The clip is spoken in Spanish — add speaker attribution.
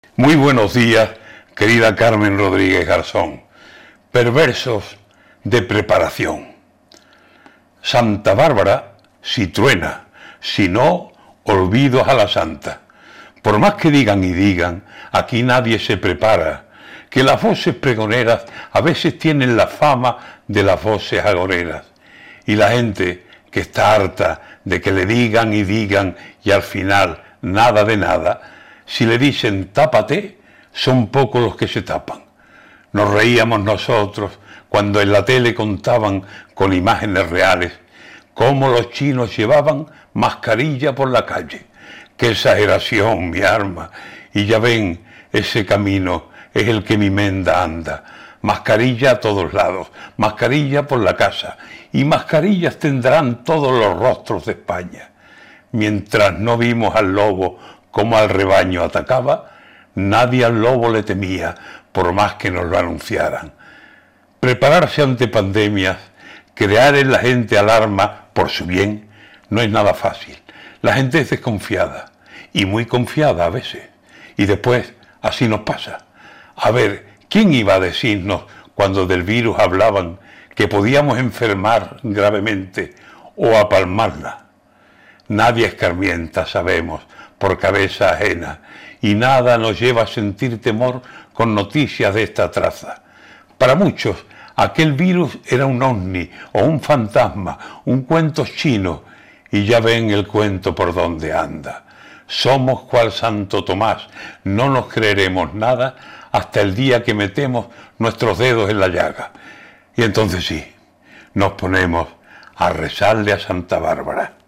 Speaker 1: Muy buenos días, querida Carmen Rodríguez Garzón. Perversos de preparación. Santa Bárbara, si truena, si no, olvidos a la santa. Por más que digan y digan, aquí nadie se prepara, que las voces pregoneras a veces tienen la fama de las voces agoreras. Y la gente que está harta de que le digan y digan y al final nada de nada, si le dicen tápate, son pocos los que se tapan. Nos reíamos nosotros cuando en la tele contaban con imágenes reales cómo los chinos llevaban mascarilla por la calle. ¡Qué exageración, mi arma! Y ya ven, ese camino es el que mi menda anda. Mascarilla a todos lados, mascarilla por la casa, y mascarillas tendrán todos los rostros de España. Mientras no vimos al lobo como al rebaño atacaba, nadie al lobo le temía, por más que nos lo anunciaran. Prepararse ante pandemias, crear en la gente alarma por su bien, no es nada fácil. La gente es desconfiada, y muy confiada a veces, y después así nos pasa. A ver, ¿quién iba a decirnos cuando del virus hablaban que podíamos enfermar gravemente o apalmarla? Nadie escarmienta, sabemos, por cabeza ajena, y nada nos lleva a sentir temor con noticias de esta traza. Para muchos, aquel virus era un ovni o un fantasma, un cuento chino, y ya ven el cuento por donde anda. Somos cual Santo Tomás, no nos creeremos nada hasta el día que metemos nuestros dedos en la llaga. Y entonces sí, nos ponemos a rezarle a Santa Bárbara.